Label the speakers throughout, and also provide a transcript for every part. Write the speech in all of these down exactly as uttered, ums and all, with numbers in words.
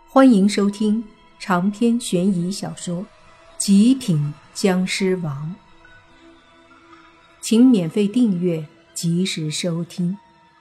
Speaker 1: 欢迎收听长篇悬疑小说《极品僵尸王》，请免费订阅，及时收听。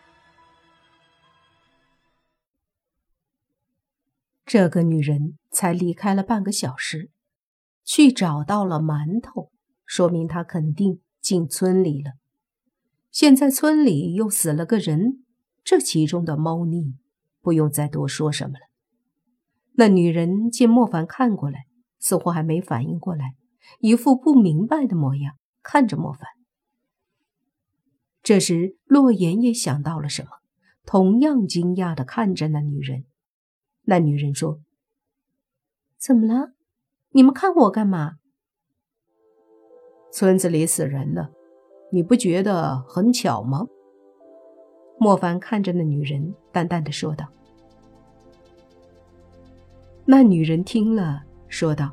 Speaker 1: 这个女人才离开了半个小时，去找到了馒头，说明她肯定进村里了。现在村里又死了个人，这其中的猫腻不用再多说什么了。那女人见莫凡看过来，似乎还没反应过来，一副不明白的模样，看着莫凡。这时洛言也想到了什么，同样惊讶地看着那女人。那女人说：怎么了？你们看我干嘛？
Speaker 2: 村子里死人了，你不觉得很巧吗？
Speaker 1: 莫凡看着那女人，淡淡地说道。那女人听了，说道：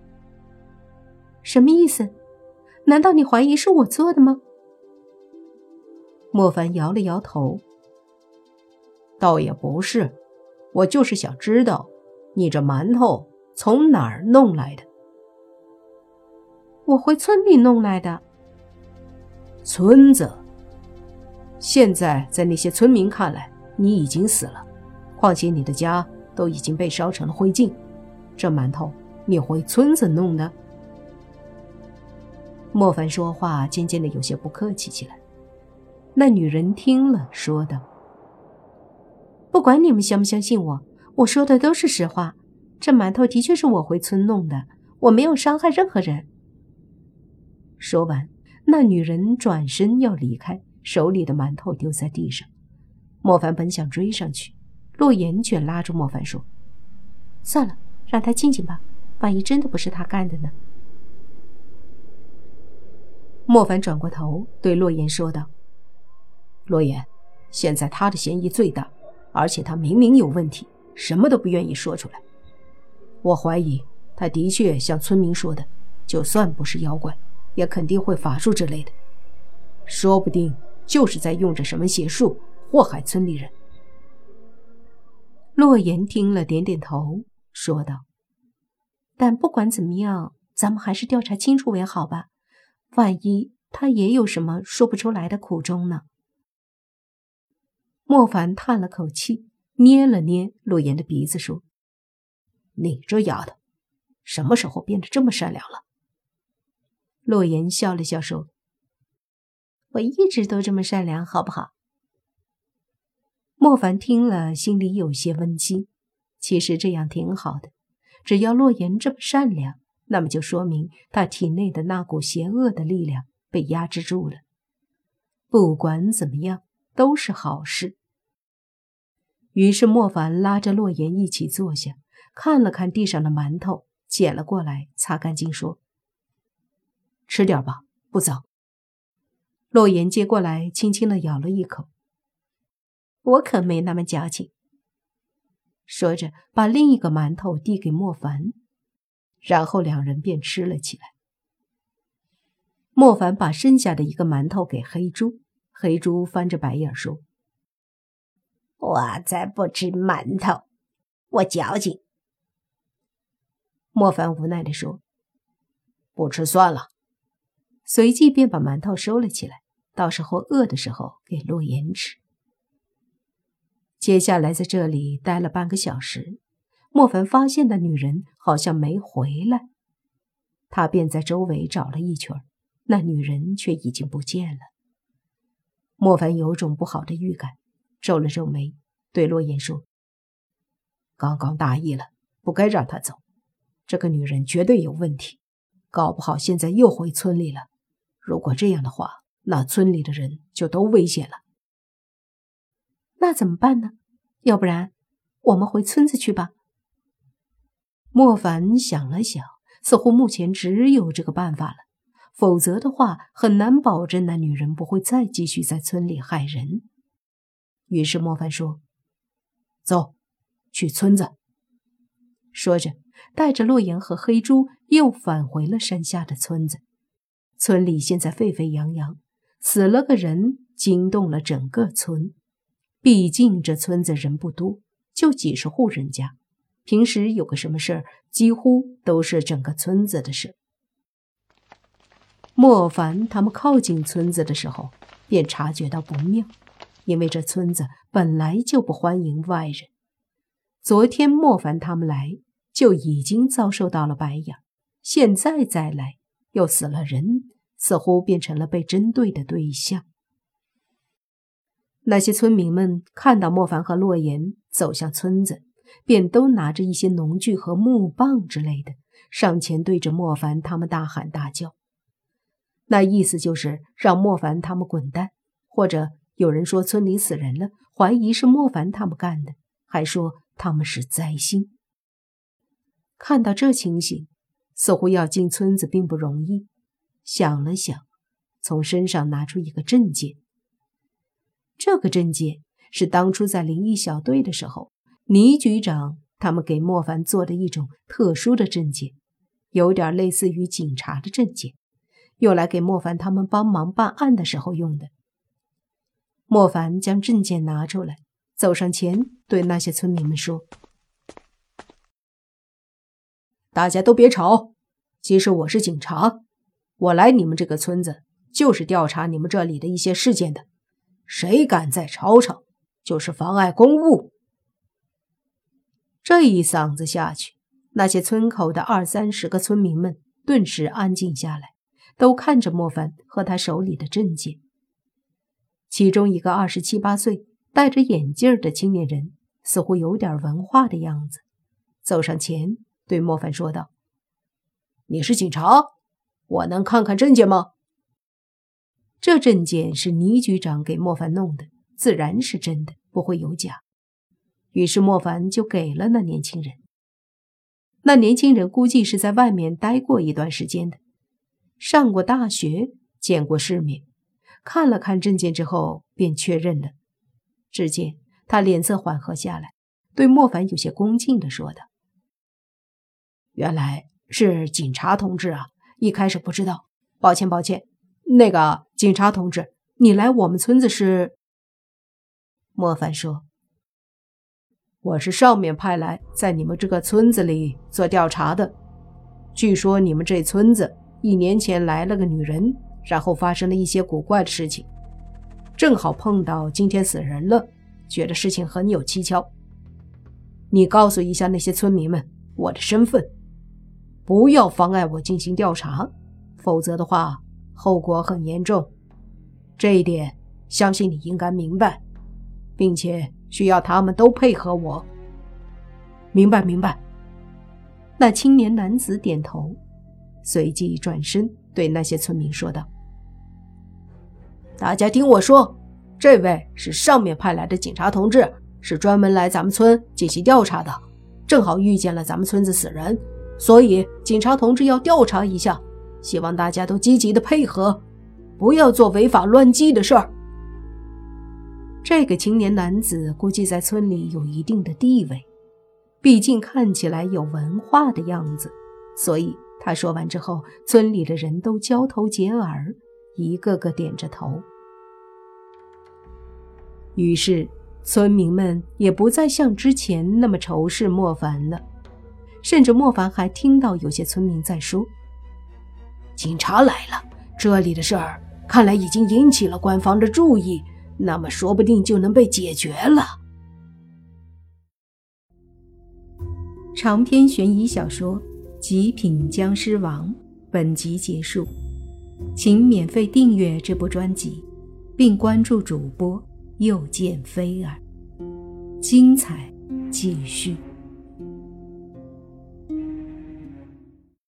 Speaker 1: 什么意思？难道你怀疑是我做的吗？
Speaker 2: 莫凡摇了摇头：倒也不是，我就是想知道你这馒头从哪儿弄来的。
Speaker 1: 我回村里弄来的。
Speaker 2: 村子？现在在那些村民看来，你已经死了，况且你的家都已经被烧成了灰烬，这馒头你回村子弄的？
Speaker 1: 莫凡说话渐渐的有些不客气起来。那女人听了，说道：不管你们相不相信我，我说的都是实话，这馒头的确是我回村弄的，我没有伤害任何人。说完，那女人转身要离开，手里的馒头丢在地上。莫凡本想追上去，洛言却拉住莫凡说：算了，让他静静吧，万一真的不是他干的呢？莫凡转过头对洛言说道：
Speaker 2: 洛言，现在他的嫌疑最大，而且他明明有问题，什么都不愿意说出来。我怀疑他的确像村民说的，就算不是妖怪，也肯定会法术之类的，说不定就是在用着什么邪术祸害村里人。
Speaker 1: 洛言听了点点头，说道：但不管怎么样，咱们还是调查清楚为好吧，万一他也有什么说不出来的苦衷呢？莫凡叹了口气，捏了捏洛言的鼻子说：
Speaker 2: 你这丫头，什么时候变得这么善良了？
Speaker 1: 洛言笑了笑说：我一直都这么善良，好不好？莫凡听了，心里有些温馨。其实这样挺好的，只要洛言这么善良，那么就说明他体内的那股邪恶的力量被压制住了。不管怎么样，都是好事。于是莫凡拉着洛言一起坐下，看了看地上的馒头，捡了过来，擦干净说：
Speaker 2: 吃点吧，不早。
Speaker 1: 洛言接过来，轻轻地咬了一口。我可没那么矫情。说着，把另一个馒头递给莫凡，然后两人便吃了起来。莫凡把剩下的一个馒头给黑猪，黑猪翻着白眼说：
Speaker 3: 我才不吃馒头，我矫情。
Speaker 1: 莫凡无奈地说：
Speaker 2: 不吃算了。
Speaker 1: 随即便把馒头收了起来，到时候饿的时候给洛言吃。接下来在这里待了半个小时，莫凡发现那女人好像没回来，他便在周围找了一圈，那女人却已经不见了。莫凡有种不好的预感，皱了皱眉，对洛言说：
Speaker 2: 刚刚大意了，不该让她走，这个女人绝对有问题，搞不好现在又回村里了。如果这样的话，那村里的人就都危险了。
Speaker 1: 那怎么办呢？要不然我们回村子去吧。莫凡想了想，似乎目前只有这个办法了，否则的话很难保证那女人不会再继续在村里害人。于是莫凡说：
Speaker 2: 走，去村子。
Speaker 1: 说着带着洛言和黑猪又返回了山下的村子。村里现在沸沸扬扬，死了个人惊动了整个村。毕竟这村子人不多，就几十户人家， 平时有个什么事儿，几乎都是整个村子的事。莫凡他们靠近村子的时候，便察觉到不妙，因为这村子本来就不欢迎外人。昨天莫凡他们来，就已经遭受到了白眼，现在再来，又死了人，似乎变成了被针对的对象。那些村民们看到莫凡和洛言走向村子，便都拿着一些农具和木棒之类的，上前对着莫凡他们大喊大叫。那意思就是让莫凡他们滚蛋，或者有人说村里死人了，怀疑是莫凡他们干的，还说他们是灾星。看到这情形，似乎要进村子并不容易，想了想，从身上拿出一个证件。这个证件是当初在灵异小队的时候，倪局长他们给莫凡做的一种特殊的证件，有点类似于警察的证件，用来给莫凡他们帮忙办案的时候用的。莫凡将证件拿出来，走上前对那些村民们说：大家都别吵，其实我是警察，我来你们这个村子就是调查你们这里的一些事件的，谁敢再吵吵，就是妨碍公务。这一嗓子下去，那些村口的二三十个村民们顿时安静下来，都看着莫凡和他手里的证件。其中一个二十七八岁戴着眼镜的青年人似乎有点文化的样子，走上前对莫凡说道：你是警察？我能看看证件吗？这证件是倪局长给莫凡弄的，自然是真的，不会有假。于是莫凡就给了那年轻人。那年轻人估计是在外面待过一段时间的，上过大学，见过世面，看了看证件之后便确认了。只见他脸色缓和下来，对莫凡有些恭敬地说道：原来是警察同志啊，一开始不知道，抱歉抱歉。那个警察同志，你来我们村子是？莫凡说：我是上面派来在你们这个村子里做调查的。据说你们这村子一年前来了个女人，然后发生了一些古怪的事情，正好碰到今天死人了，觉得事情很有蹊跷。你告诉一下那些村民们我的身份，不要妨碍我进行调查，否则的话后果很严重。这一点相信你应该明白，并且需要他们都配合我。明白明白。那青年男子点头，随即转身对那些村民说道：大家听我说，这位是上面派来的警察同志，是专门来咱们村进行调查的，正好遇见了咱们村子死人，所以警察同志要调查一下，希望大家都积极的配合，不要做违法乱纪的事儿。这个青年男子估计在村里有一定的地位，毕竟看起来有文化的样子，所以他说完之后，村里的人都交头接耳，一个个点着头。于是村民们也不再像之前那么仇视莫凡了，甚至莫凡还听到有些村民在说：警察来了，这里的事儿看来已经引起了官方的注意，那么说不定就能被解决了。长篇悬疑小说《极品僵尸王》本集结束，请免费订阅这部专辑，并关注主播又见菲儿，精彩继续。